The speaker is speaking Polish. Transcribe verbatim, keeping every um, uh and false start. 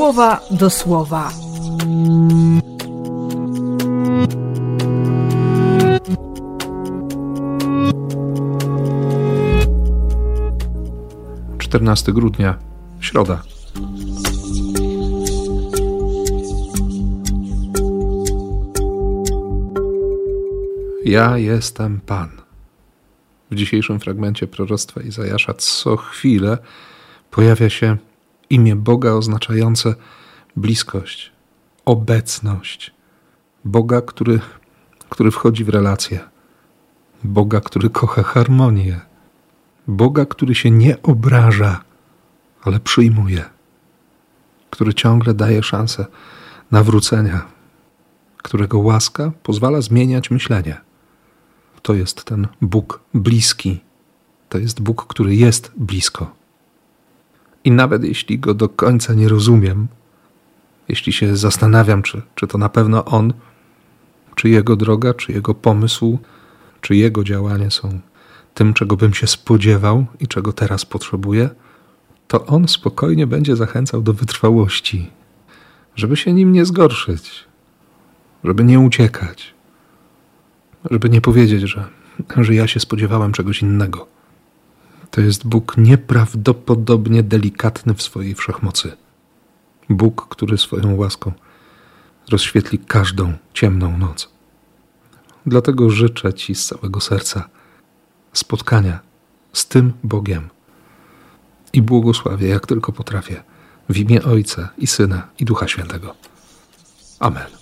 słowa do słowa. czternastego grudnia, środa. Ja jestem Pan. W dzisiejszym fragmencie proroctwa Izajasza co chwilę pojawia się imię Boga oznaczające bliskość, obecność. Boga, który, który wchodzi w relacje. Boga, który kocha harmonię. Boga, który się nie obraża, ale przyjmuje. Który ciągle daje szansę nawrócenia. Którego łaska pozwala zmieniać myślenie. To jest ten Bóg bliski. To jest Bóg, który jest blisko. I nawet jeśli Go do końca nie rozumiem, jeśli się zastanawiam, czy, czy to na pewno On, czy Jego droga, czy Jego pomysł, czy Jego działanie są tym, czego bym się spodziewał i czego teraz potrzebuję, to On spokojnie będzie zachęcał do wytrwałości, żeby się nim nie zgorszyć, żeby nie uciekać, żeby nie powiedzieć, że, że ja się spodziewałem czegoś innego. To jest Bóg nieprawdopodobnie delikatny w swojej wszechmocy. Bóg, który swoją łaską rozświetli każdą ciemną noc. Dlatego życzę Ci z całego serca spotkania z tym Bogiem i błogosławię, jak tylko potrafię, w imię Ojca i Syna i Ducha Świętego. Amen.